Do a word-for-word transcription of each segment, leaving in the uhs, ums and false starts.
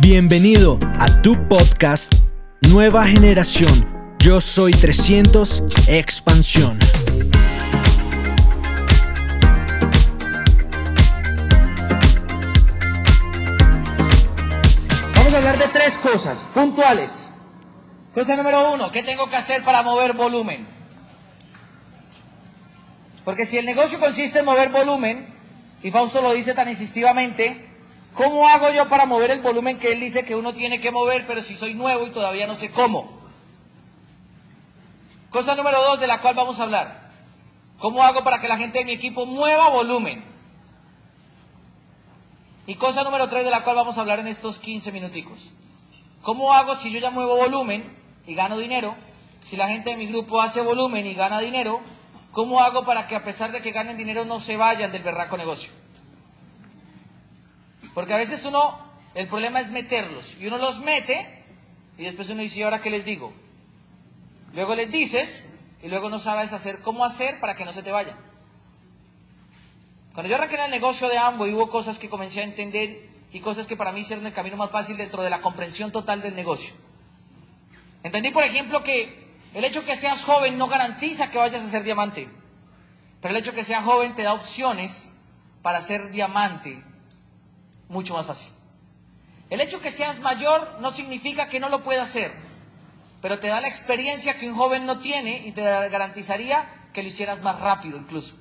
Bienvenido a tu podcast Nueva Generación. Yo soy trescientos Expansión. Vamos a hablar de tres cosas puntuales. Cosa número uno, ¿qué tengo que hacer para mover volumen? Porque si el negocio consiste en mover volumen, y Fausto lo dice tan insistivamente, ¿cómo hago yo para mover el volumen que él dice que uno tiene que mover, pero si soy nuevo y todavía no sé cómo? Cosa número dos de la cual vamos a hablar. ¿Cómo hago para que la gente de mi equipo mueva volumen? Y cosa número tres de la cual vamos a hablar en estos quince minuticos. ¿Cómo hago si yo ya muevo volumen y gano dinero? Si la gente de mi grupo hace volumen y gana dinero, ¿cómo hago para que a pesar de que ganen dinero no se vayan del berraco negocio? Porque a veces uno, el problema es meterlos, y uno los mete, y después uno dice, ¿y ahora qué les digo? Luego les dices, y luego no sabes hacer cómo hacer para que no se te vayan. Cuando yo arranqué en el negocio de Amway, hubo cosas que comencé a entender, y cosas que para mí hicieron el camino más fácil dentro de la comprensión total del negocio. Entendí, por ejemplo, que el hecho que seas joven no garantiza que vayas a ser diamante, pero el hecho que seas joven te da opciones para ser diamante mucho más fácil. El hecho que seas mayor no significa que no lo puedas hacer, pero te da la experiencia que un joven no tiene y te garantizaría que lo hicieras más rápido incluso.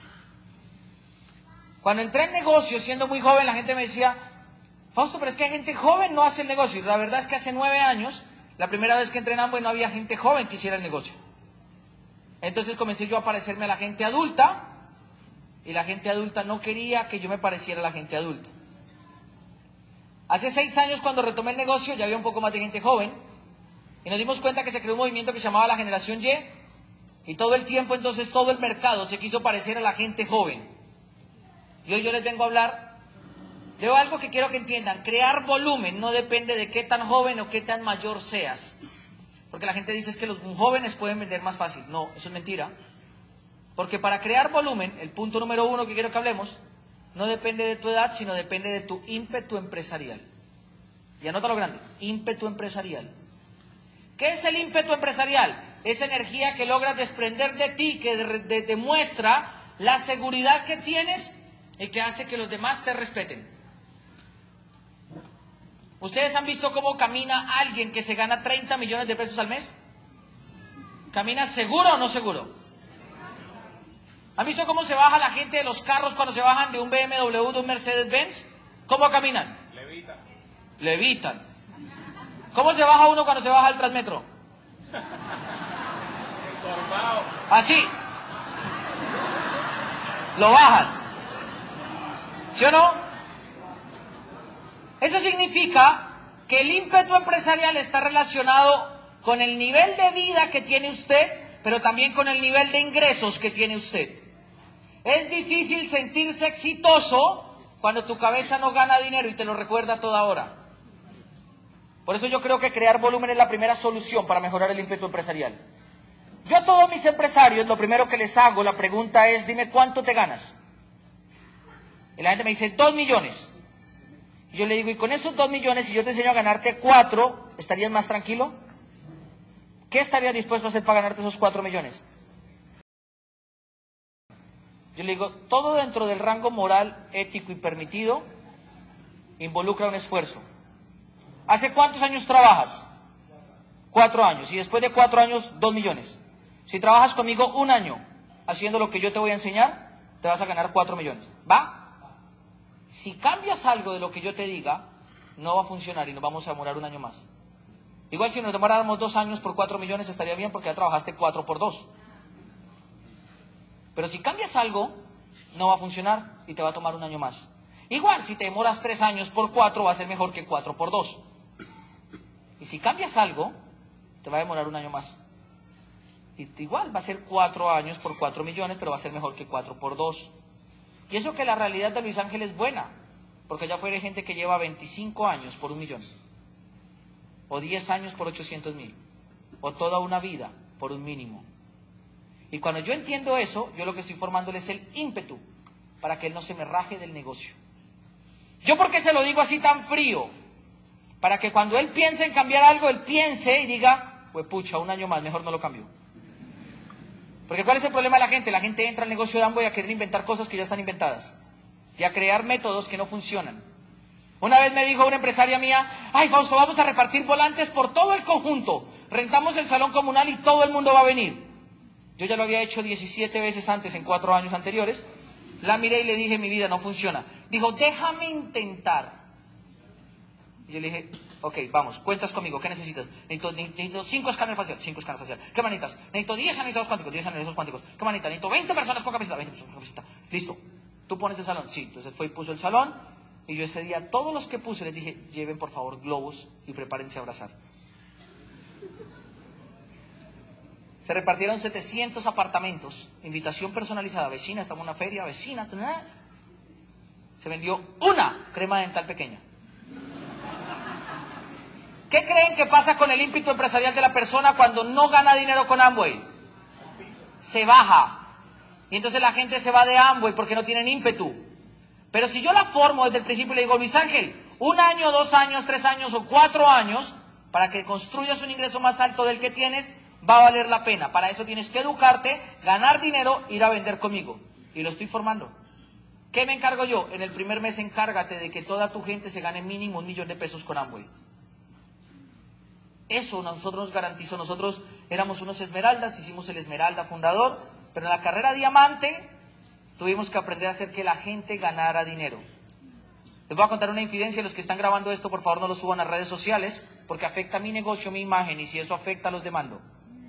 Cuando entré en negocio siendo muy joven, la gente me decía, Fausto, pero es que hay gente joven no hace el negocio. Y la verdad es que hace nueve años, la primera vez que entré en Amway, no había gente joven que hiciera el negocio. Entonces comencé yo a parecerme a la gente adulta, y la gente adulta no quería que yo me pareciera a la gente adulta. Hace seis años, cuando retomé el negocio, ya había un poco más de gente joven, y nos dimos cuenta que se creó un movimiento que se llamaba la Generación Y, y todo el tiempo, entonces, todo el mercado se quiso parecer a la gente joven. Y hoy yo les vengo a hablar de algo que quiero que entiendan. Crear volumen no depende de qué tan joven o qué tan mayor seas. Porque la gente dice es que los jóvenes pueden vender más fácil. No, eso es mentira. Porque para crear volumen, el punto número uno que quiero que hablemos, no depende de tu edad, sino depende de tu ímpetu empresarial. Y anota lo grande, ímpetu empresarial. ¿Qué es el ímpetu empresarial? Esa energía que logras desprender de ti, que demuestra la seguridad que tienes y que hace que los demás te respeten. ¿Ustedes han visto cómo camina alguien que se gana treinta millones de pesos al mes? ¿Camina seguro o no seguro? ¿Han visto cómo se baja la gente de los carros cuando se bajan de un B M W, de un Mercedes-Benz? ¿Cómo caminan? Levitan. Levitan. ¿Cómo se baja uno cuando se baja al Transmetro? Encorvado. Así. Lo bajan. ¿Sí o no? Eso significa que el ímpetu empresarial está relacionado con el nivel de vida que tiene usted, pero también con el nivel de ingresos que tiene usted. Es difícil sentirse exitoso cuando tu cabeza no gana dinero y te lo recuerda a toda hora. Por eso yo creo que crear volumen es la primera solución para mejorar el ímpetu empresarial. Yo a todos mis empresarios, lo primero que les hago, la pregunta es, dime cuánto te ganas. Y la gente me dice, dos millones. Y yo le digo, y con esos dos millones, si yo te enseño a ganarte cuatro, ¿estarías más tranquilo? ¿Qué estarías dispuesto a hacer para ganarte esos cuatro millones? Yo le digo, todo dentro del rango moral, ético y permitido, involucra un esfuerzo. ¿Hace cuántos años trabajas? Cuatro años. Y después de cuatro años, dos millones. Si trabajas conmigo un año haciendo lo que yo te voy a enseñar, te vas a ganar cuatro millones. ¿Va? Si cambias algo de lo que yo te diga, no va a funcionar y nos vamos a demorar un año más. Igual si nos demoráramos dos años por cuatro millones estaría bien porque ya trabajaste cuatro por dos. Pero si cambias algo, no va a funcionar y te va a tomar un año más. Igual si te demoras tres años por cuatro va a ser mejor que cuatro por dos. Y si cambias algo, te va a demorar un año más. Y igual va a ser cuatro años por cuatro millones, pero va a ser mejor que cuatro por dos. Y eso que la realidad de Luis Ángel es buena, porque allá fuera hay gente que lleva veinticinco años por un millón, o diez años por ochocientos mil, o toda una vida por un mínimo. Y cuando yo entiendo eso, yo lo que estoy formándole es el ímpetu para que él no se me raje del negocio. ¿Yo por qué se lo digo así tan frío? Para que cuando él piense en cambiar algo, él piense y diga, pues pucha, un año más, mejor no lo cambio. Porque ¿cuál es el problema de la gente? La gente entra al negocio de Amway a querer inventar cosas que ya están inventadas. Y a crear métodos que no funcionan. Una vez me dijo una empresaria mía, ay Fausto, vamos a repartir volantes por todo el conjunto. Rentamos el salón comunal y todo el mundo va a venir. Yo ya lo había hecho diecisiete veces antes, en cuatro años anteriores. La miré y le dije, mi vida no funciona. Dijo, déjame intentar. Y yo le dije, ok, vamos, cuentas conmigo, ¿qué necesitas? Necesito, necesito cinco escáneres faciales, cinco escáneres faciales. ¿Qué manitas? Necesito diez analizadores cuánticos, diez analizadores cuánticos. ¿Qué manita? Necesito veinte personas con capacidad, veinte personas con capacidad. Listo. ¿Tú pones el salón? Sí. Entonces fue y puso el salón. Y yo ese día, todos los que puse, les dije, lleven por favor globos y prepárense a abrazar. Se repartieron setecientos apartamentos, invitación personalizada, vecina, estamos en una feria, vecina. Se vendió una crema dental pequeña. ¿Qué creen que pasa con el ímpetu empresarial de la persona cuando no gana dinero con Amway? Se baja. Y entonces la gente se va de Amway porque no tienen ímpetu. Pero si yo la formo desde el principio y le digo, Luis Ángel, un año, dos años, tres años o cuatro años, para que construyas un ingreso más alto del que tienes, va a valer la pena. Para eso tienes que educarte, ganar dinero, ir a vender conmigo. Y lo estoy formando. ¿Qué me encargo yo? En el primer mes encárgate de que toda tu gente se gane mínimo un millón de pesos con Amway. Eso nosotros nos garantizó. Nosotros éramos unos esmeraldas, hicimos el esmeralda fundador, pero en la carrera diamante tuvimos que aprender a hacer que la gente ganara dinero. Les voy a contar una infidencia. Los que están grabando esto, por favor no lo suban a redes sociales, porque afecta a mi negocio, mi imagen, y si eso afecta, los demando.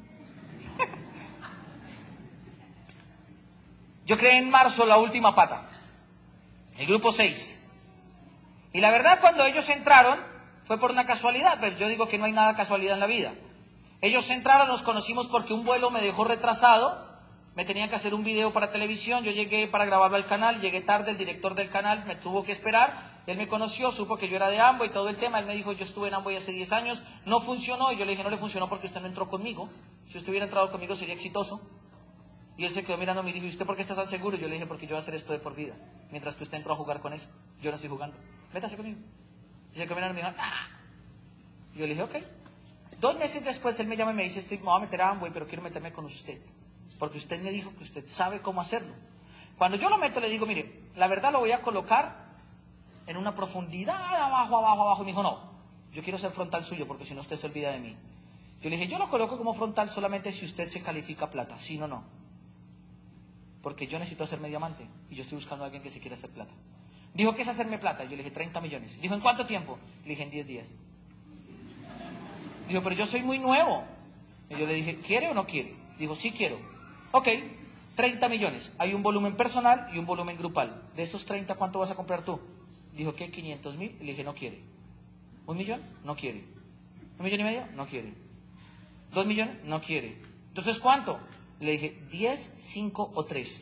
Yo creé en marzo la última pata, el grupo seis. Y la verdad, cuando ellos entraron, fue por una casualidad, pero yo digo que no hay nada casualidad en la vida. Ellos entraron, nos conocimos porque un vuelo me dejó retrasado, me tenían que hacer un video para televisión, yo llegué para grabarlo al canal, llegué tarde, el director del canal me tuvo que esperar, él me conoció, supo que yo era de Amway y todo el tema, él me dijo, yo estuve en Amway hace diez años, no funcionó, y yo le dije, no le funcionó porque usted no entró conmigo, si usted hubiera entrado conmigo sería exitoso. Y él se quedó mirando y me dijo, ¿y usted por qué está tan seguro? Y yo le dije, porque yo voy a hacer esto de por vida, mientras que usted entró a jugar con eso, yo no estoy jugando, métase conmigo. Y se quedó mirando y me dijo, ¡ah! Y yo le dije, ok. Dos meses después él me llama y me dice, estoy, me voy a meter a Amway, pero quiero meterme con usted, porque usted me dijo que usted sabe cómo hacerlo. Cuando yo lo meto le digo, mire, la verdad lo voy a colocar en una profundidad, abajo, abajo, abajo. Y me dijo, no, yo quiero ser frontal suyo, porque si no usted se olvida de mí. Yo le dije, yo lo coloco como frontal solamente si usted se califica plata, si no, no. Porque yo necesito hacerme diamante, y yo estoy buscando a alguien que se quiera hacer plata. Dijo, ¿qué es hacerme plata? Yo le dije, treinta millones. Dijo, ¿en cuánto tiempo? Le dije, en diez días. Dijo, pero yo soy muy nuevo. Y yo le dije, ¿quiere o no quiere? Dijo, sí quiero. Ok, treinta millones. Hay un volumen personal y un volumen grupal. De esos treinta, ¿cuánto vas a comprar tú? Dijo, ¿qué? quinientos mil. Le dije, no quiere. ¿Un millón? No quiere. ¿Un millón y medio? No quiere. ¿Dos millones? No quiere. Entonces, ¿cuánto? Le dije, diez, cinco o tres.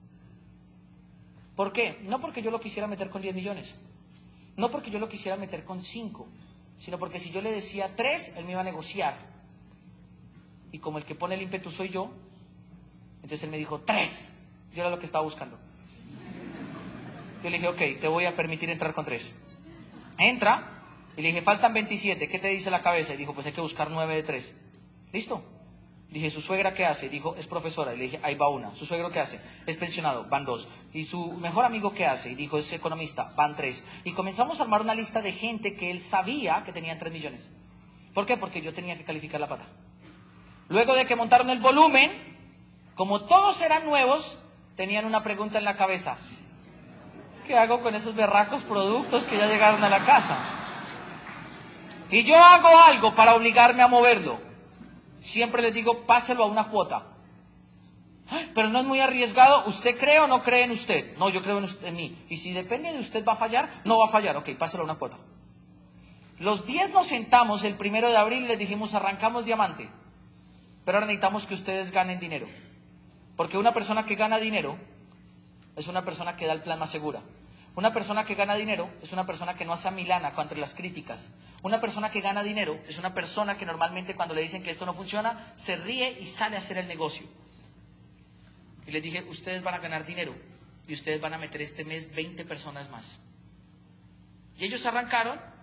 ¿Por qué? No porque yo lo quisiera meter con diez millones. No porque yo lo quisiera meter con cinco. Sino porque si yo le decía tres, él me iba a negociar. Y como el que pone el ímpetu soy yo, entonces él me dijo, tres. Yo era lo que estaba buscando. Yo le dije, ok, te voy a permitir entrar con tres. Entra, y le dije, faltan veintisiete, ¿qué te dice la cabeza? Y dijo, pues hay que buscar nueve de tres. ¿Listo? Dije, ¿su suegra qué hace? Dijo, es profesora. Y le dije, ahí va una. ¿Su suegro qué hace? Es pensionado, van dos. ¿Y su mejor amigo qué hace? Y dijo, es economista, van tres. Y comenzamos a armar una lista de gente que él sabía que tenían tres millones. ¿Por qué? Porque yo tenía que calificar la pata. Luego de que montaron el volumen, como todos eran nuevos, tenían una pregunta en la cabeza. ¿Qué hago con esos berracos productos que ya llegaron a la casa? Y yo hago algo para obligarme a moverlo. Siempre les digo, páselo a una cuota. Pero no es muy arriesgado. ¿Usted cree o no cree en usted? No, yo creo en, usted, en mí. Y si depende de usted va a fallar, no va a fallar. Ok, páselo a una cuota. Los diez nos sentamos el primero de abril y les dijimos, arrancamos diamante. Pero ahora necesitamos que ustedes ganen dinero. Porque una persona que gana dinero es una persona que da el plan más segura. Una persona que gana dinero es una persona que no hace a Milana contra las críticas. Una persona que gana dinero es una persona que normalmente cuando le dicen que esto no funciona, se ríe y sale a hacer el negocio. Y les dije, ustedes van a ganar dinero y ustedes van a meter este mes veinte personas más. Y ellos arrancaron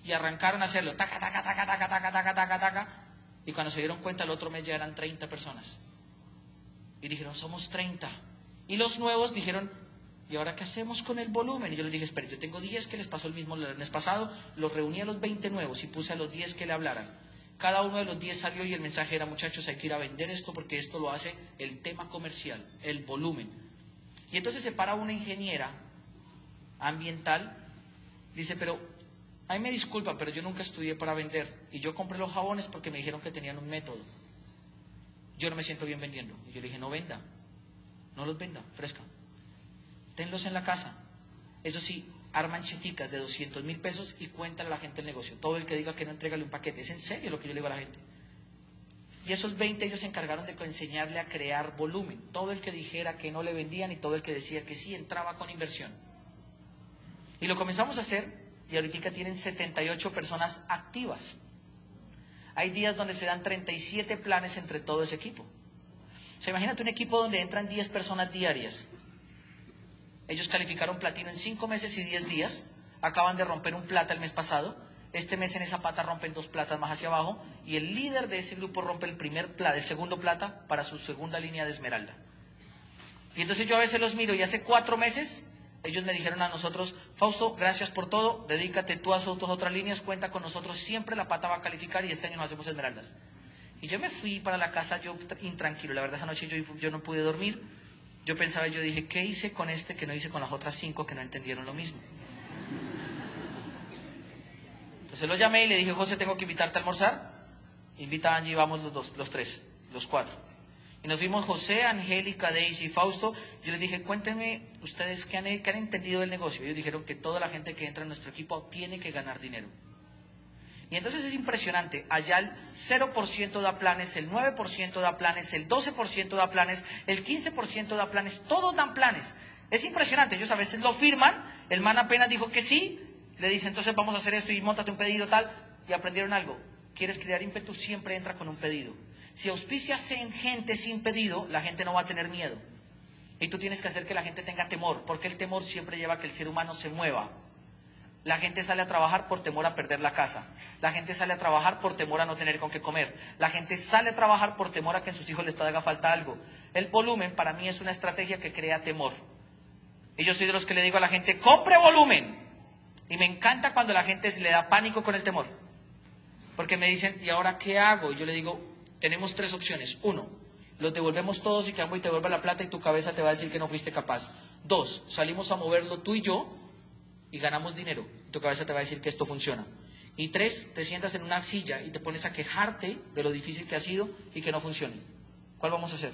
Y arrancaron a hacerlo, taca, taca, taca, taca, taca, taca, taca, taca. Y cuando se dieron cuenta, el otro mes ya eran treinta personas. Y dijeron, somos treinta. Y los nuevos dijeron, ¿y ahora qué hacemos con el volumen? Y yo les dije, esperen, yo tengo diez que les pasó el mismo el mes pasado, los reuní a los veinte nuevos y puse a los diez que le hablaran. Cada uno de los diez salió y el mensaje era, muchachos, hay que ir a vender esto porque esto lo hace el tema comercial, el volumen. Y entonces se para una ingeniera ambiental, dice, pero, a mí me disculpa, pero yo nunca estudié para vender. Y yo compré los jabones porque me dijeron que tenían un método. Yo no me siento bien vendiendo. Y yo le dije, no venda, no los venda, fresca. Tenlos en la casa. Eso sí, arman cheticas de doscientos mil pesos y cuéntale a la gente el negocio. Todo el que diga que no, entrégale un paquete. Es en serio lo que yo le digo a la gente. Y esos veinte ellos se encargaron de enseñarle a crear volumen. Todo el que dijera que no le vendían y todo el que decía que sí entraba con inversión. Y lo comenzamos a hacer y ahorita tienen setenta y ocho personas activas. Hay días donde se dan treinta y siete planes entre todo ese equipo. O sea, imagínate un equipo donde entran diez personas diarias. Ellos calificaron platino en cinco meses y diez días. Acaban de romper un plata el mes pasado. Este mes en esa pata rompen dos platas más hacia abajo. Y el líder de ese grupo rompe el primer plata, el segundo plata para su segunda línea de esmeralda. Y entonces yo a veces los miro y hace cuatro meses ellos me dijeron a nosotros, Fausto, gracias por todo, dedícate tú a tus otras líneas, cuenta con nosotros, siempre la pata va a calificar y este año nos hacemos esmeraldas. Y yo me fui para la casa yo intranquilo, la verdad esa noche yo, yo no pude dormir. Yo pensaba, yo dije, ¿qué hice con este que no hice con las otras cinco que no entendieron lo mismo? Entonces lo llamé y le dije, José, tengo que invitarte a almorzar. Invita a Angie, vamos los dos, los tres, los cuatro. Y nos fuimos José, Angélica, Daisy, Fausto. Yo les dije, cuéntenme ustedes qué han, qué han entendido del negocio. Ellos dijeron que toda la gente que entra en nuestro equipo tiene que ganar dinero. Y entonces es impresionante, allá el cero por ciento da planes, el nueve por ciento da planes, el doce por ciento da planes, el quince por ciento da planes, todos dan planes. Es impresionante, ellos a veces lo firman, el man apenas dijo que sí, le dice entonces vamos a hacer esto y móntate un pedido tal, y aprendieron algo. ¿Quieres crear ímpetu? Siempre entra con un pedido. Si auspicias en gente sin pedido, la gente no va a tener miedo. Y tú tienes que hacer que la gente tenga temor, porque el temor siempre lleva a que el ser humano se mueva. La gente sale a trabajar por temor a perder la casa. La gente sale a trabajar por temor a no tener con qué comer. La gente sale a trabajar por temor a que a sus hijos les haga falta algo. El volumen para mí es una estrategia que crea temor. Y yo soy de los que le digo a la gente, compre volumen. Y me encanta cuando la gente se le da pánico con el temor. Porque me dicen, ¿y ahora qué hago? Y yo le digo, tenemos tres opciones. Uno, los devolvemos todos y que Amway te devuelva la plata y tu cabeza te va a decir que no fuiste capaz. Dos, salimos a moverlo tú y yo y ganamos dinero. Tu cabeza te va a decir que esto funciona. Y tres, te sientas en una silla y te pones a quejarte de lo difícil que ha sido y que no funcione. ¿Cuál vamos a hacer?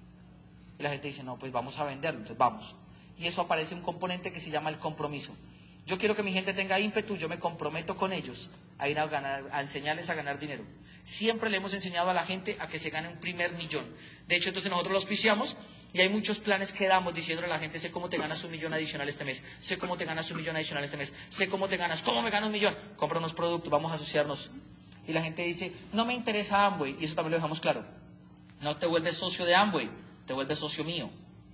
Y la gente dice, no, pues vamos a venderlo, entonces vamos. Y eso aparece un componente que se llama el compromiso. Yo quiero que mi gente tenga ímpetu, yo me comprometo con ellos a ir a, ganar, a enseñarles a ganar dinero. Siempre le hemos enseñado a la gente a que se gane un primer millón. De hecho, entonces nosotros lo auspiciamos y hay muchos planes que damos diciéndole a la gente, sé cómo te ganas un millón adicional este mes, sé cómo te ganas un millón adicional este mes, sé cómo te ganas, ¿cómo me gano un millón? Compra unos productos, vamos a asociarnos. Y la gente dice, no me interesa Amway, y eso también lo dejamos claro. No te vuelves socio de Amway, te vuelves socio mío.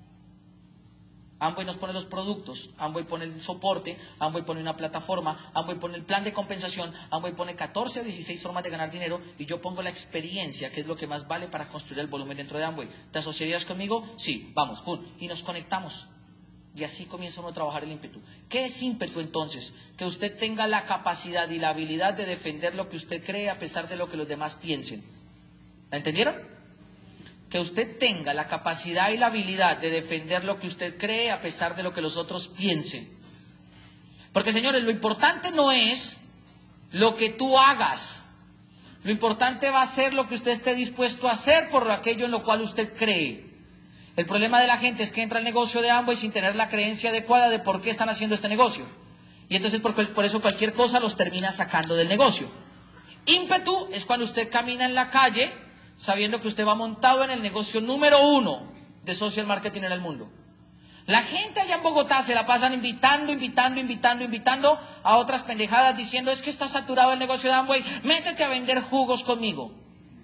Amway nos pone los productos, Amway pone el soporte, Amway pone una plataforma, Amway pone el plan de compensación, Amway pone catorce o dieciséis formas de ganar dinero y yo pongo la experiencia, que es lo que más vale para construir el volumen dentro de Amway. ¿Te asociarías conmigo? Sí, vamos, pum, y nos conectamos. Y así comienza uno a trabajar el ímpetu. ¿Qué es ímpetu entonces? Que usted tenga la capacidad y la habilidad de defender lo que usted cree a pesar de lo que los demás piensen. ¿La entendieron? Que usted tenga la capacidad y la habilidad de defender lo que usted cree a pesar de lo que los otros piensen. Porque, señores, lo importante no es lo que tú hagas. Lo importante va a ser lo que usted esté dispuesto a hacer por aquello en lo cual usted cree. El problema de la gente es que entra al negocio de Amway sin tener la creencia adecuada de por qué están haciendo este negocio. Y entonces por, por eso cualquier cosa los termina sacando del negocio. Ímpetu es cuando usted camina en la calle sabiendo que usted va montado en el negocio número uno de social marketing en el mundo. La gente allá en Bogotá se la pasan invitando, invitando, invitando, invitando a otras pendejadas diciendo, es que está saturado el negocio de Amway, métete a vender jugos conmigo.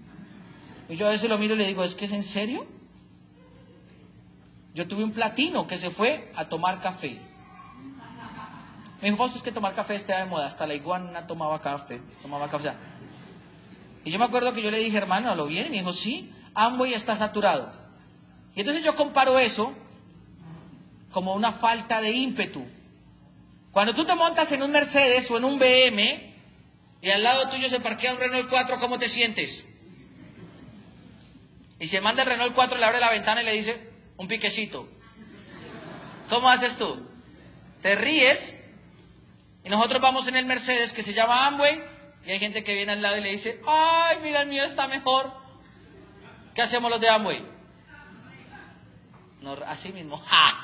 Y yo a veces lo miro y le digo, ¿es que es en serio? Yo tuve un platino que se fue a tomar café. Me dijo, Fausto, es que tomar café está de moda. Hasta la iguana tomaba café, tomaba café. O sea, y yo me acuerdo que yo le dije, hermano, ¿a lo bien? Y me dijo, sí, Amway está saturado. Y entonces yo comparo eso como una falta de ímpetu. Cuando tú te montas en un Mercedes o en un B M y al lado tuyo se parquea un Renault cuatro, ¿cómo te sientes? Y se manda el Renault cuatro, le abre la ventana y le dice, un piquecito. ¿Cómo haces tú? Te ríes y nosotros vamos en el Mercedes que se llama Amway y hay gente que viene al lado y le dice, ay, mira, el mío está mejor. ¿Qué hacemos los de Amway? Nos, así mismo,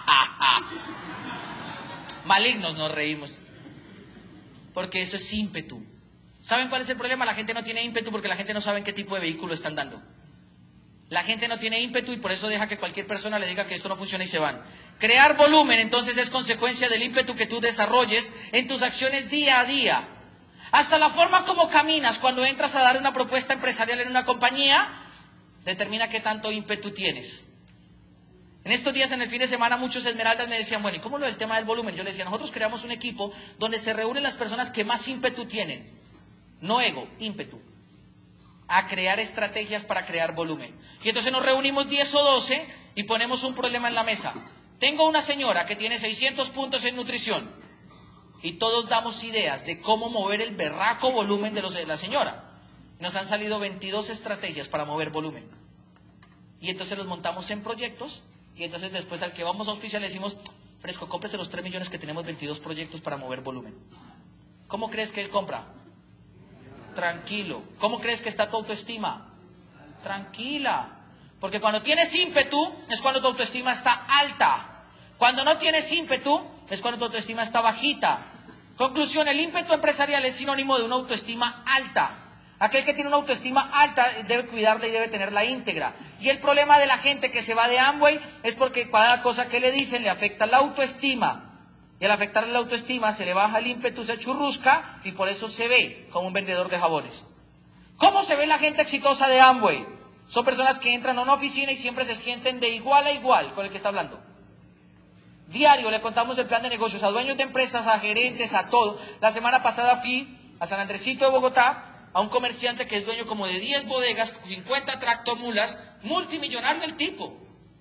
malignos nos reímos. Porque eso es ímpetu. ¿Saben cuál es el problema? La gente no tiene ímpetu porque la gente no sabe en qué tipo de vehículo están dando. La gente no tiene ímpetu y por eso deja que cualquier persona le diga que esto no funciona y se van. Crear volumen, entonces, es consecuencia del ímpetu que tú desarrolles en tus acciones día a día. Hasta la forma como caminas cuando entras a dar una propuesta empresarial en una compañía determina qué tanto ímpetu tienes. En estos días, en el fin de semana, muchos esmeraldas me decían, bueno, ¿y cómo lo del tema del volumen? Yo les decía, nosotros creamos un equipo donde se reúnen las personas que más ímpetu tienen. No ego, ímpetu. A crear estrategias para crear volumen. Y entonces nos reunimos diez o doce y ponemos un problema en la mesa. Tengo una señora que tiene seiscientos puntos en nutrición y todos damos ideas de cómo mover el berraco volumen de, los, de la señora. Nos han salido veintidós estrategias para mover volumen. Y entonces los montamos en proyectos y entonces después al que vamos a auspiciar le decimos, Fresco, cómprese los tres millones que tenemos veintidós proyectos para mover volumen. ¿Cómo crees que él compra? Tranquilo. ¿Cómo crees que está tu autoestima? Tranquila. Porque cuando tienes ímpetu es cuando tu autoestima está alta. Cuando no tienes ímpetu es cuando tu autoestima está bajita. Conclusión, el ímpetu empresarial es sinónimo de una autoestima alta. Aquel que tiene una autoestima alta debe cuidarla y debe tenerla íntegra. Y el problema de la gente que se va de Amway es porque cada cosa que le dicen le afecta la autoestima. Y al afectarle la autoestima se le baja el ímpetu, se churrusca y por eso se ve como un vendedor de jabones. ¿Cómo se ve la gente exitosa de Amway? Son personas que entran a una oficina y siempre se sienten de igual a igual con el que está hablando. Diario le contamos el plan de negocios a dueños de empresas, a gerentes, a todo. La semana pasada fui a San Andresito de Bogotá a un comerciante que es dueño como de diez bodegas, cincuenta tractomulas, multimillonario el tipo.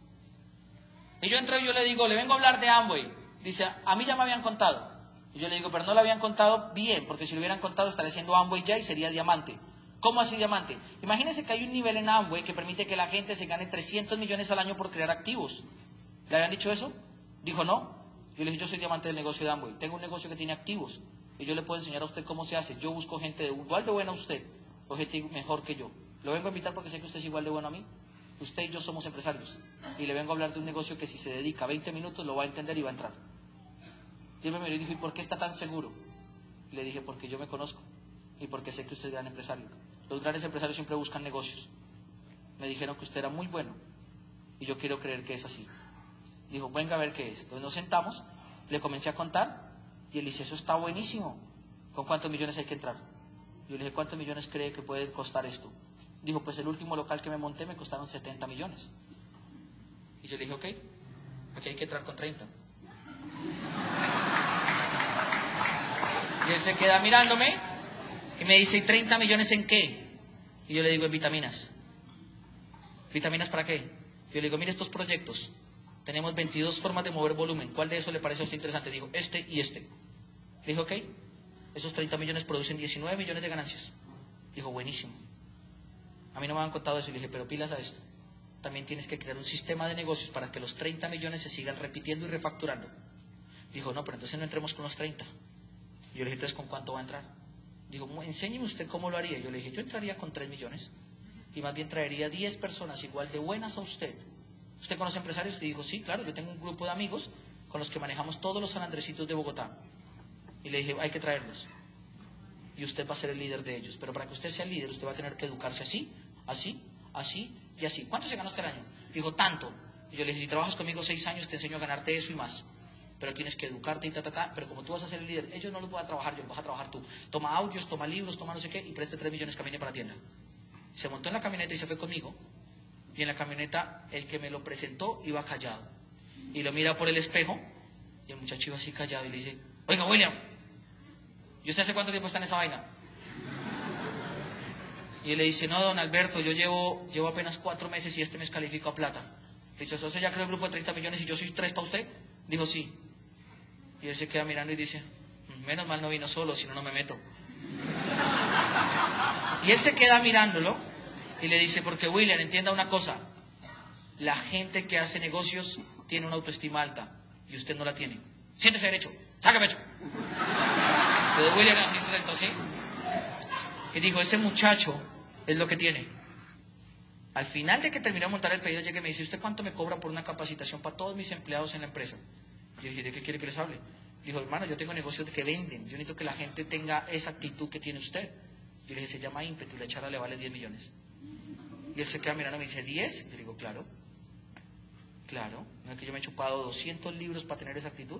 Y yo entro y yo le digo, le vengo a hablar de Amway. Dice, a mí ya me habían contado. Y yo le digo, pero no lo habían contado bien, porque si lo hubieran contado estaría haciendo Amway ya y sería diamante. ¿Cómo así diamante? Imagínense que hay un nivel en Amway que permite que la gente se gane trescientos millones al año por crear activos. ¿Le habían dicho eso? Dijo, no. Yo le dije, yo soy diamante del negocio de Amway. Tengo un negocio que tiene activos. Y yo le puedo enseñar a usted cómo se hace. Yo busco gente de igual de buena a usted, o gente mejor que yo. Lo vengo a invitar porque sé que usted es igual de bueno a mí. Usted y yo somos empresarios. Y le vengo a hablar de un negocio que si se dedica veinte minutos lo va a entender y va a entrar. Y él me miró y dijo, ¿y por qué está tan seguro? Y le dije, porque yo me conozco y porque sé que usted es gran empresario. Los grandes empresarios siempre buscan negocios. Me dijeron que usted era muy bueno y yo quiero creer que es así. Dijo, venga a ver qué es. Entonces nos sentamos, le comencé a contar y él dice, eso está buenísimo. ¿Con cuántos millones hay que entrar? Yo le dije, ¿cuántos millones cree que puede costar esto? Dijo, pues el último local que me monté me costaron setenta millones. Y yo le dije, ok, aquí hay que entrar con treinta. Y él se queda mirándome y me dice, ¿y treinta millones en qué? Y yo le digo, en vitaminas. ¿Vitaminas para qué? Yo le digo, mire estos proyectos. Tenemos veintidós formas de mover volumen. ¿Cuál de eso le parece a usted interesante? Dijo, este y este. Le dije, ok, esos treinta millones producen diecinueve millones de ganancias. Dijo, buenísimo. A mí no me han contado eso. Y le dije, pero pilas a esto. También tienes que crear un sistema de negocios para que los treinta millones se sigan repitiendo y refacturando. Dijo, no, pero entonces no entremos con los treinta. Y yo le dije, entonces, ¿con cuánto va a entrar? Dijo, enséñeme usted cómo lo haría. Yo le dije, yo entraría con tres millones y más bien traería diez personas igual de buenas a usted. ¿Usted conoce empresarios? Y dijo, sí, claro, yo tengo un grupo de amigos con los que manejamos todos los San Andresitos de Bogotá. Y le dije, hay que traerlos. Y usted va a ser el líder de ellos. Pero para que usted sea el líder, usted va a tener que educarse así, así, así y así. ¿Cuánto se ganó usted al año? Dijo, tanto. Y yo le dije, si trabajas conmigo seis años, te enseño a ganarte eso y más. Pero tienes que educarte y ta, ta, ta. Pero como tú vas a ser el líder, ellos no los van a trabajar, yo los vas a trabajar tú. Toma audios, toma libros, toma no sé qué y preste tres millones, camine para la tienda. Se montó en la camioneta y se fue conmigo. Y en la camioneta, el que me lo presentó iba callado. Y lo mira por el espejo y el muchacho iba así callado y le dice, oiga, William, ¿y usted hace cuánto tiempo está en esa vaina? Y él le dice, no, don Alberto, yo llevo, llevo apenas cuatro meses y este mes califico a plata. Le dice, ¿usted ya creó el grupo de treinta millones y yo soy tres para usted? Dijo, sí. Y él se queda mirando y dice, menos mal no vino solo, si no, no me meto. Y él se queda mirándolo y le dice, porque William, entienda una cosa, la gente que hace negocios tiene una autoestima alta y usted no la tiene. Siéntese derecho, sácame pecho. Pero William así se sentó así y dijo, ese muchacho es lo que tiene. Al final de que terminó de montar el pedido, llegué y me dice, ¿usted cuánto me cobra por una capacitación para todos mis empleados en la empresa? Y yo dije, ¿de qué quiere que les hable? Dijo, hermano, yo tengo negocios que venden, yo necesito que la gente tenga esa actitud que tiene usted. Yo le dije, se llama ímpetu y la charla le vale diez millones. Y él se queda mirando y me dice, ¿diez? Yo digo, claro, claro, ¿no es que yo me he chupado doscientos libros para tener esa actitud?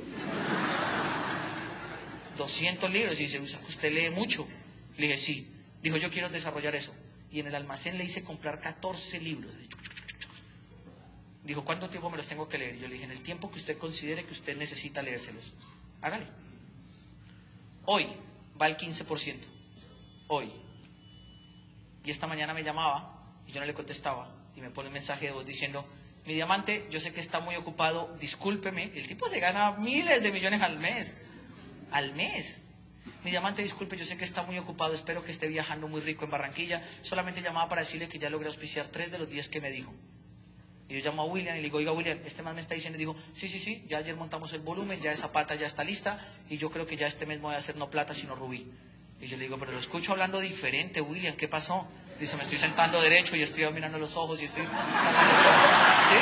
doscientos libros, y dice, ¿usted lee mucho? Le dije, sí. Dijo, yo quiero desarrollar eso. Y en el almacén le hice comprar catorce libros. Dijo, ¿cuánto tiempo me los tengo que leer? Y yo le dije, en el tiempo que usted considere que usted necesita leérselos. Hágale. Hoy va el quince por ciento. Hoy. Y esta mañana me llamaba y yo no le contestaba. Y me pone un mensaje de voz diciendo, mi diamante, yo sé que está muy ocupado, discúlpeme. El tipo se gana miles de millones al mes. Al mes. Mi diamante, disculpe, yo sé que está muy ocupado, espero que esté viajando muy rico en Barranquilla. Solamente llamaba para decirle que ya logré auspiciar tres de los diez que me dijo. Y yo llamo a William y le digo, oiga William, este man me está diciendo, y digo, sí, sí, sí, ya ayer montamos el volumen, ya esa pata ya está lista, y yo creo que ya este mes voy a hacer no plata, sino rubí. Y yo le digo, pero lo escucho hablando diferente, William, ¿qué pasó? Dice, me estoy sentando derecho y estoy mirando los ojos y estoy... ¿Sí?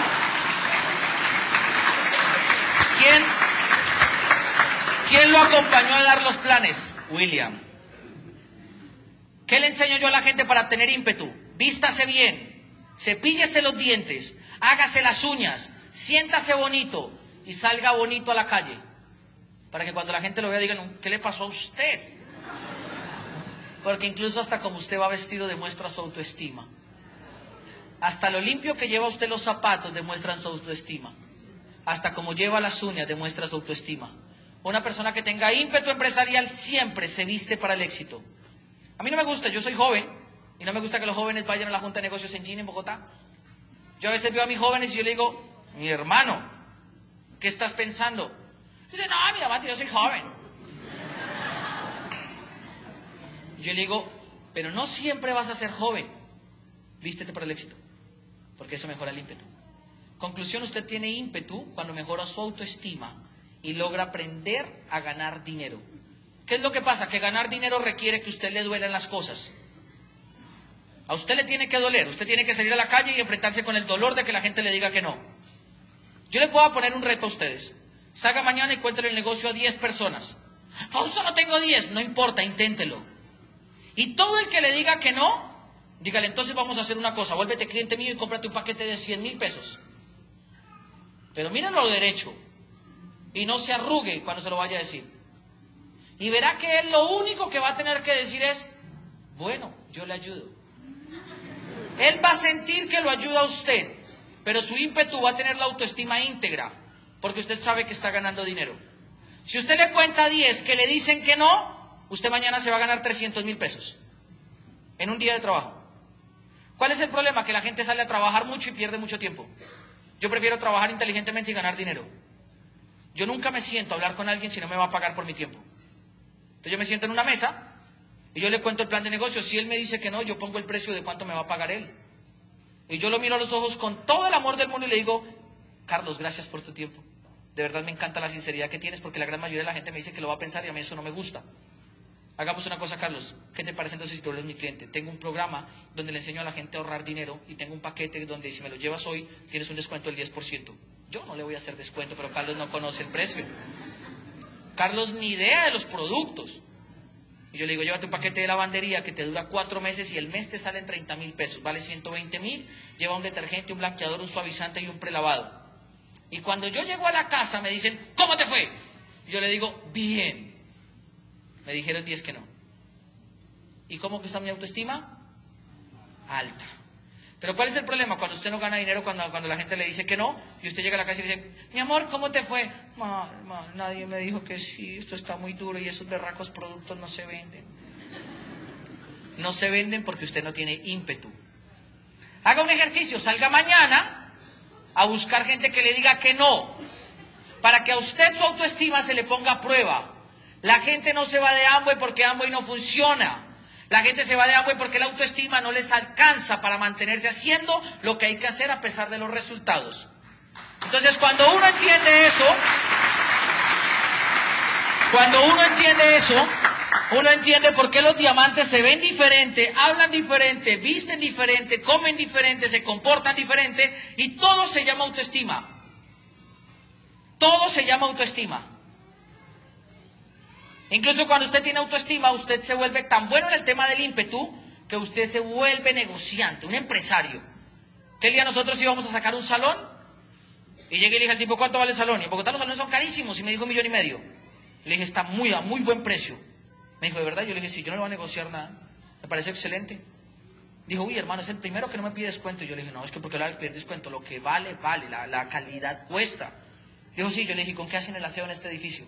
¿Quién? ¿Quién lo acompañó a dar los planes? William. ¿Qué le enseño yo a la gente para tener ímpetu? Vístase bien, cepíllese los dientes, hágase las uñas, siéntase bonito y salga bonito a la calle. Para que cuando la gente lo vea digan, ¿qué le pasó a usted? Porque incluso hasta como usted va vestido demuestra su autoestima. Hasta lo limpio que lleva usted los zapatos demuestran su autoestima. Hasta como lleva las uñas demuestra su autoestima. Una persona que tenga ímpetu empresarial siempre se viste para el éxito. A mí no me gusta, yo soy joven y no me gusta que los jóvenes vayan a la Junta de Negocios en China, en Bogotá. Yo a veces veo a mis jóvenes y yo le digo, mi hermano, ¿qué estás pensando? Dice, no, mi diamante, yo soy joven. Yo le digo, pero no siempre vas a ser joven. Vístete para el éxito, porque eso mejora el ímpetu. Conclusión, usted tiene ímpetu cuando mejora su autoestima y logra aprender a ganar dinero. ¿Qué es lo que pasa? Que ganar dinero requiere que a usted le duelan las cosas. A usted le tiene que doler, usted tiene que salir a la calle y enfrentarse con el dolor de que la gente le diga que no. Yo le puedo poner un reto a ustedes. Salga mañana y cuéntele el negocio a diez personas. Fausto, no tengo diez, no importa, inténtelo. Y todo el que le diga que no, dígale, entonces vamos a hacer una cosa, vuélvete cliente mío y cómprate un paquete de cien mil pesos. Pero mírenlo derecho y no se arrugue cuando se lo vaya a decir. Y verá que él lo único que va a tener que decir es, bueno, yo le ayudo. Él va a sentir que lo ayuda a usted, pero su ímpetu va a tener la autoestima íntegra, porque usted sabe que está ganando dinero. Si usted le cuenta a diez que le dicen que no, usted mañana se va a ganar trescientos mil pesos en un día de trabajo. ¿Cuál es el problema? Que la gente sale a trabajar mucho y pierde mucho tiempo. Yo prefiero trabajar inteligentemente y ganar dinero. Yo nunca me siento a hablar con alguien si no me va a pagar por mi tiempo. Entonces yo me siento en una mesa y yo le cuento el plan de negocio. Si él me dice que no, yo pongo el precio de cuánto me va a pagar él. Y yo lo miro a los ojos con todo el amor del mundo y le digo, Carlos, gracias por tu tiempo. De verdad me encanta la sinceridad que tienes, porque la gran mayoría de la gente me dice que lo va a pensar y a mí eso no me gusta. Hagamos una cosa, Carlos. ¿Qué te parece entonces si tú eres mi cliente? Tengo un programa donde le enseño a la gente a ahorrar dinero y tengo un paquete donde si me lo llevas hoy tienes un descuento del diez por ciento. Yo no le voy a hacer descuento, pero Carlos no conoce el precio. Carlos ni idea de los productos. Y yo le digo, llévate un paquete de lavandería que te dura cuatro meses y el mes te salen treinta mil pesos. Vale ciento veinte mil, lleva un detergente, un blanqueador, un suavizante y un prelavado. Y cuando yo llego a la casa me dicen, ¿cómo te fue? Y yo le digo, bien. Me dijeron diez que no. ¿Y cómo que está mi autoestima? Alta. Pero ¿cuál es el problema? Cuando usted no gana dinero, cuando, cuando la gente le dice que no, y usted llega a la casa y le dice, mi amor, ¿cómo te fue? Mal, mal, nadie me dijo que sí, esto está muy duro y esos berracos productos no se venden. No se venden porque usted no tiene ímpetu. Haga un ejercicio, salga mañana a buscar gente que le diga que no, para que a usted su autoestima se le ponga a prueba. La gente no se va de Amway porque Amway no funciona. La gente se va de Amway porque la autoestima no les alcanza para mantenerse haciendo lo que hay que hacer a pesar de los resultados. Entonces, cuando uno entiende eso, cuando uno entiende eso, uno entiende por qué los diamantes se ven diferente, hablan diferente, visten diferente, comen diferente, se comportan diferente, y todo se llama autoestima. Todo se llama autoestima. Incluso cuando usted tiene autoestima, usted se vuelve tan bueno en el tema del ímpetu que usted se vuelve negociante, un empresario. ¿Qué día nosotros íbamos a sacar un salón? Y llegué y le dije al tipo, ¿cuánto vale el salón? Y en Bogotá los salones son carísimos. Y me dijo un millón y medio. Le dije, está muy a muy buen precio. Me dijo, ¿de verdad? Yo le dije, sí, yo no le voy a negociar nada. Me parece excelente. Dijo, uy, hermano, es el primero que no me pide descuento. Y yo le dije, no, es que porque le voy a pedir descuento. Lo que vale, vale. La, la calidad cuesta. Dijo, sí. Yo le dije, ¿con qué hacen el aseo en este edificio?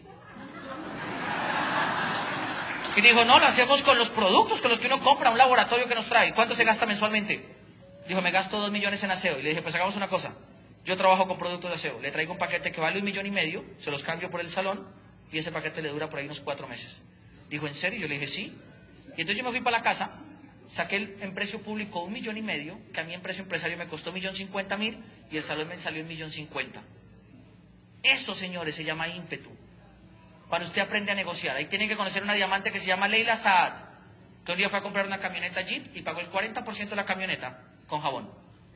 Y dijo, no, lo hacemos con los productos, con los que uno compra, un laboratorio que nos trae. ¿Cuánto se gasta mensualmente? Dijo, me gasto dos millones en aseo. Y le dije, pues hagamos una cosa. Yo trabajo con productos de aseo. Le traigo un paquete que vale un millón y medio, se los cambio por el salón, y ese paquete le dura por ahí unos cuatro meses. Dijo, ¿en serio? Yo le dije, sí. Y entonces yo me fui para la casa, saqué el, en precio público un millón y medio, que a mí en precio empresario me costó un millón cincuenta mil, y el salón me salió un millón cincuenta. Eso, señores, se llama ímpetu. Cuando usted aprende a negociar, ahí tienen que conocer una diamante que se llama Leila Saad, que un día fue a comprar una camioneta Jeep y pagó el cuarenta por ciento de la camioneta con jabón.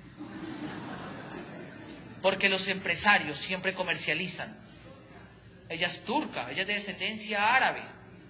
Porque los empresarios siempre comercializan. Ella es turca, ella es de descendencia árabe.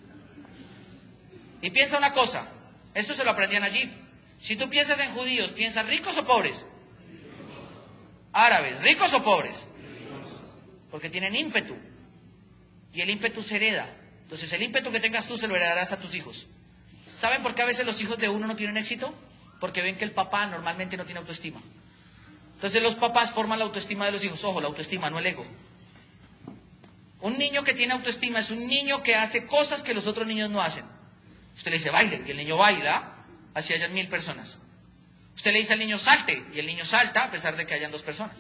Y piensa una cosa, esto se lo aprendían allí. Si tú piensas en judíos, ¿piensas ricos o pobres? Árabes, ¿ricos o pobres? Porque tienen ímpetu. Y el ímpetu se hereda. Entonces el ímpetu que tengas tú se lo heredarás a tus hijos. ¿Saben por qué a veces los hijos de uno no tienen éxito? Porque ven que el papá normalmente no tiene autoestima. Entonces los papás forman la autoestima de los hijos. Ojo, la autoestima, no el ego. Un niño que tiene autoestima es un niño que hace cosas que los otros niños no hacen. Usted le dice baile, y el niño baila, así hayan mil personas. Usted le dice al niño salte, y el niño salta a pesar de que hayan dos personas.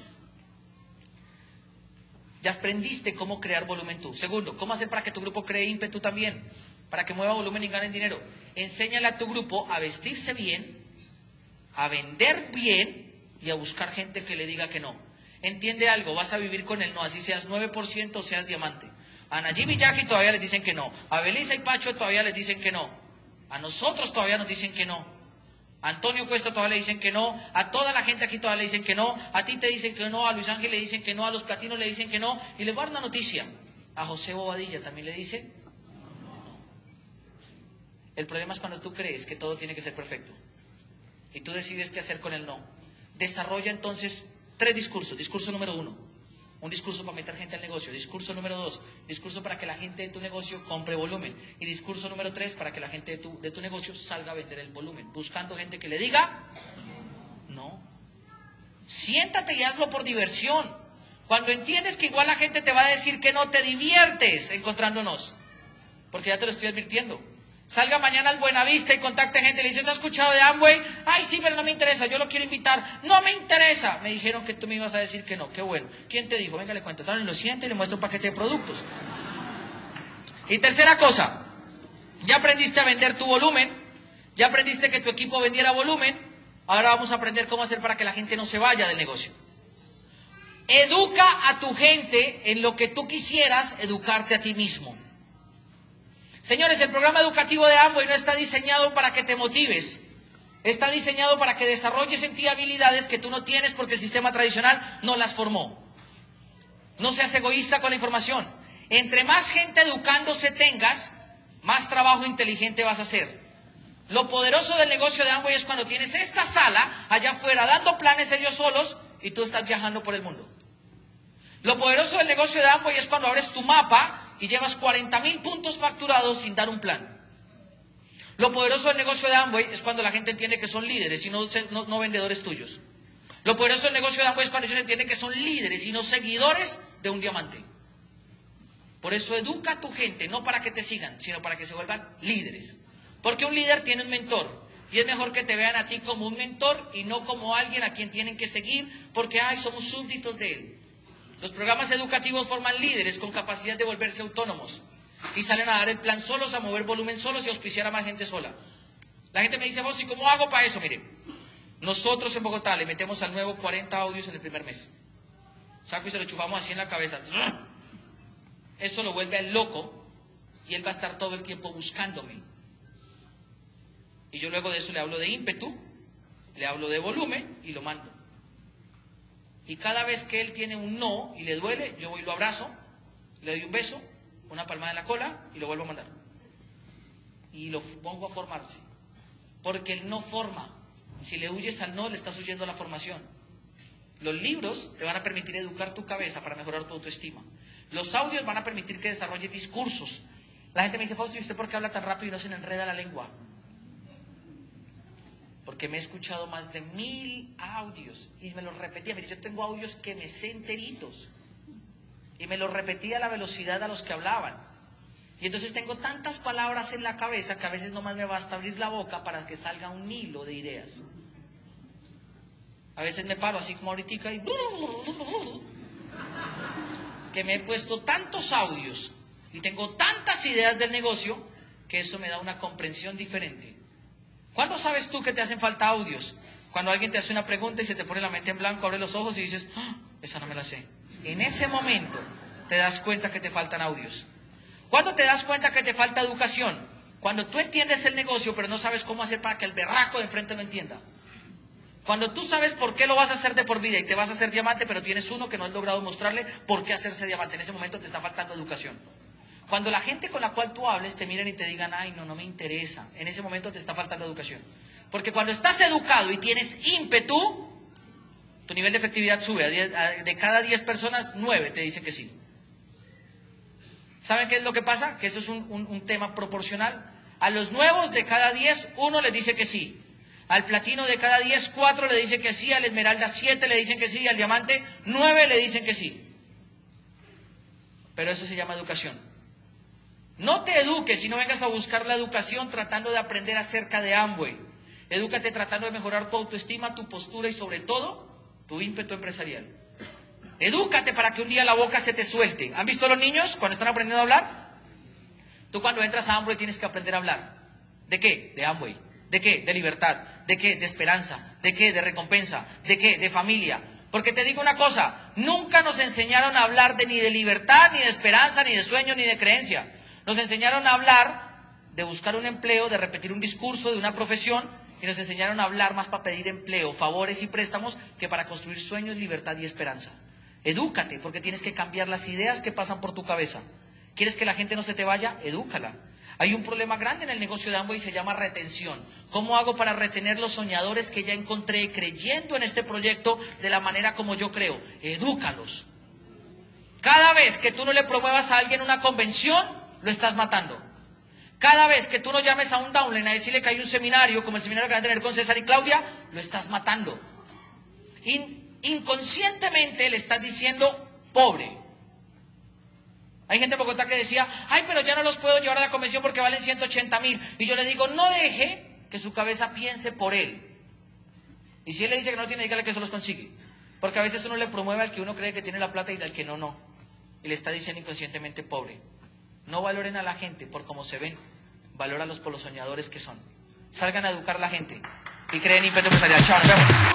Ya aprendiste cómo crear volumen tú. Segundo, ¿cómo hacer para que tu grupo cree ímpetu también? Para que mueva volumen y ganen dinero. Enséñale a tu grupo a vestirse bien, a vender bien y a buscar gente que le diga que no. Entiende algo, vas a vivir con el no, así seas nueve por ciento o seas diamante. A Nayib y Jackie todavía les dicen que no. A Belisa y Pacho todavía les dicen que no. A nosotros todavía nos dicen que no. A Antonio Cuesta todavía le dicen que no, a toda la gente aquí todavía le dicen que no, a ti te dicen que no, a Luis Ángel le dicen que no, a los platinos le dicen que no, y les voy a dar una noticia, a José Bobadilla también le dicen no. El problema es cuando tú crees que todo tiene que ser perfecto, y tú decides qué hacer con el no. Desarrolla entonces tres discursos. Discurso número uno, un discurso para meter gente al negocio. Discurso número dos, discurso para que la gente de tu negocio compre volumen. Y discurso número tres, para que la gente de tu, de tu negocio salga a vender el volumen, buscando gente que le diga no. Siéntate y hazlo por diversión. Cuando entiendes que igual la gente te va a decir que no, te diviertes encontrándonos, porque ya te lo estoy advirtiendo. Salga mañana al Buenavista y contacte gente. Le dice, ¿has escuchado de Amway? Ay, sí, pero no me interesa, yo lo quiero invitar. No me interesa. Me dijeron que tú me ibas a decir que no. Qué bueno. ¿Quién te dijo? Venga, le cuento. Entonces lo siente y le muestro un paquete de productos. Y tercera cosa, ya aprendiste a vender tu volumen, ya aprendiste que tu equipo vendiera volumen, ahora vamos a aprender cómo hacer para que la gente no se vaya del negocio. Educa a tu gente en lo que tú quisieras educarte a ti mismo. Señores, el programa educativo de Amway no está diseñado para que te motives. Está diseñado para que desarrolles en ti habilidades que tú no tienes porque el sistema tradicional no las formó. No seas egoísta con la información. Entre más gente educándose tengas, más trabajo inteligente vas a hacer. Lo poderoso del negocio de Amway es cuando tienes esta sala allá afuera dando planes ellos solos y tú estás viajando por el mundo. Lo poderoso del negocio de Amway es cuando abres tu mapa y llevas cuarenta mil puntos facturados sin dar un plan. Lo poderoso del negocio de Amway es cuando la gente entiende que son líderes y no, no, no vendedores tuyos. Lo poderoso del negocio de Amway es cuando ellos entienden que son líderes y no seguidores de un diamante. Por eso educa a tu gente, no para que te sigan, sino para que se vuelvan líderes. Porque un líder tiene un mentor. Y es mejor que te vean a ti como un mentor y no como alguien a quien tienen que seguir porque, ay, somos súbditos de él. Los programas educativos forman líderes con capacidad de volverse autónomos. Y salen a dar el plan solos, a mover volumen solos y a auspiciar a más gente sola. La gente me dice, vos, ¿y cómo hago para eso? Mire, nosotros en Bogotá le metemos al nuevo cuarenta audios en el primer mes. Saco y se lo chufamos así en la cabeza. Eso lo vuelve al loco y él va a estar todo el tiempo buscándome. Y yo luego de eso le hablo de ímpetu, le hablo de volumen y lo mando. Y cada vez que él tiene un no y le duele, yo voy y lo abrazo, le doy un beso, una palmada en la cola y lo vuelvo a mandar. Y lo pongo a formarse. Porque el no forma. Si le huyes al no, le estás huyendo a la formación. Los libros te van a permitir educar tu cabeza para mejorar tu autoestima. Los audios van a permitir que desarrolles discursos. La gente me dice, Fausto, ¿y usted por qué habla tan rápido y no se le enreda la lengua? Porque me he escuchado más de mil audios y me los repetía. Mire, yo tengo audios que me sé enteritos y me los repetía a la velocidad a los que hablaban. Y entonces tengo tantas palabras en la cabeza que a veces nomás me basta abrir la boca para que salga un hilo de ideas. A veces me paro así como ahorita y... que me he puesto tantos audios y tengo tantas ideas del negocio que eso me da una comprensión diferente. ¿Cuándo sabes tú que te hacen falta audios? Cuando alguien te hace una pregunta y se te pone la mente en blanco, abre los ojos y dices, ¡ah! Esa no me la sé. En ese momento te das cuenta que te faltan audios. ¿Cuándo te das cuenta que te falta educación? Cuando tú entiendes el negocio pero no sabes cómo hacer para que el berraco de enfrente lo entienda. Cuando tú sabes por qué lo vas a hacer de por vida y te vas a hacer diamante, pero tienes uno que no has logrado mostrarle por qué hacerse diamante. En ese momento te está faltando educación. Cuando la gente con la cual tú hables te miren y te digan, ay, no, no me interesa. En ese momento te está faltando educación. Porque cuando estás educado y tienes ímpetu, tu nivel de efectividad sube. A diez, a, de cada diez personas, nueve te dicen que sí. ¿Saben qué es lo que pasa? Que eso es un, un, un tema proporcional. A los nuevos de cada diez, uno les dice que sí. Al platino de cada diez, cuatro le dicen que sí. Al esmeralda, siete le dicen que sí. Al diamante, nueve le dicen que sí. Pero eso se llama educación. No te eduques y no vengas a buscar la educación tratando de aprender acerca de Amway. Edúcate tratando de mejorar tu autoestima, tu postura y sobre todo, tu ímpetu empresarial. Edúcate para que un día la boca se te suelte. ¿Han visto a los niños cuando están aprendiendo a hablar? Tú cuando entras a Amway tienes que aprender a hablar. ¿De qué? De Amway. ¿De qué? De libertad. ¿De qué? De esperanza. ¿De qué? De recompensa. ¿De qué? De familia. Porque te digo una cosa, nunca nos enseñaron a hablar de, ni de libertad, ni de esperanza, ni de sueño, ni de creencia. Nos enseñaron a hablar de buscar un empleo, de repetir un discurso, de una profesión, y nos enseñaron a hablar más para pedir empleo, favores y préstamos que para construir sueños, libertad y esperanza. Edúcate, porque tienes que cambiar las ideas que pasan por tu cabeza. ¿Quieres que la gente no se te vaya? Edúcala. Hay un problema grande en el negocio de Amway y se llama retención. ¿Cómo hago para retener los soñadores que ya encontré creyendo en este proyecto de la manera como yo creo? Edúcalos. Cada vez que tú no le promuevas a alguien una convención, lo estás matando. Cada vez que tú no llames a un downline a decirle que hay un seminario, como el seminario que van a tener con César y Claudia, lo estás matando. In, inconscientemente le estás diciendo pobre. Hay gente en Bogotá que decía, ay, pero ya no los puedo llevar a la convención porque valen ciento ochenta mil. Y yo le digo, no deje que su cabeza piense por él. Y si él le dice que no tiene, dígale que eso los consigue. Porque a veces uno le promueve al que uno cree que tiene la plata y al que no, no. Y le está diciendo inconscientemente pobre. No valoren a la gente por cómo se ven, valóralos por los soñadores que son. Salgan a educar a la gente y creen ímpetu empresarial. Chao, nos vemos.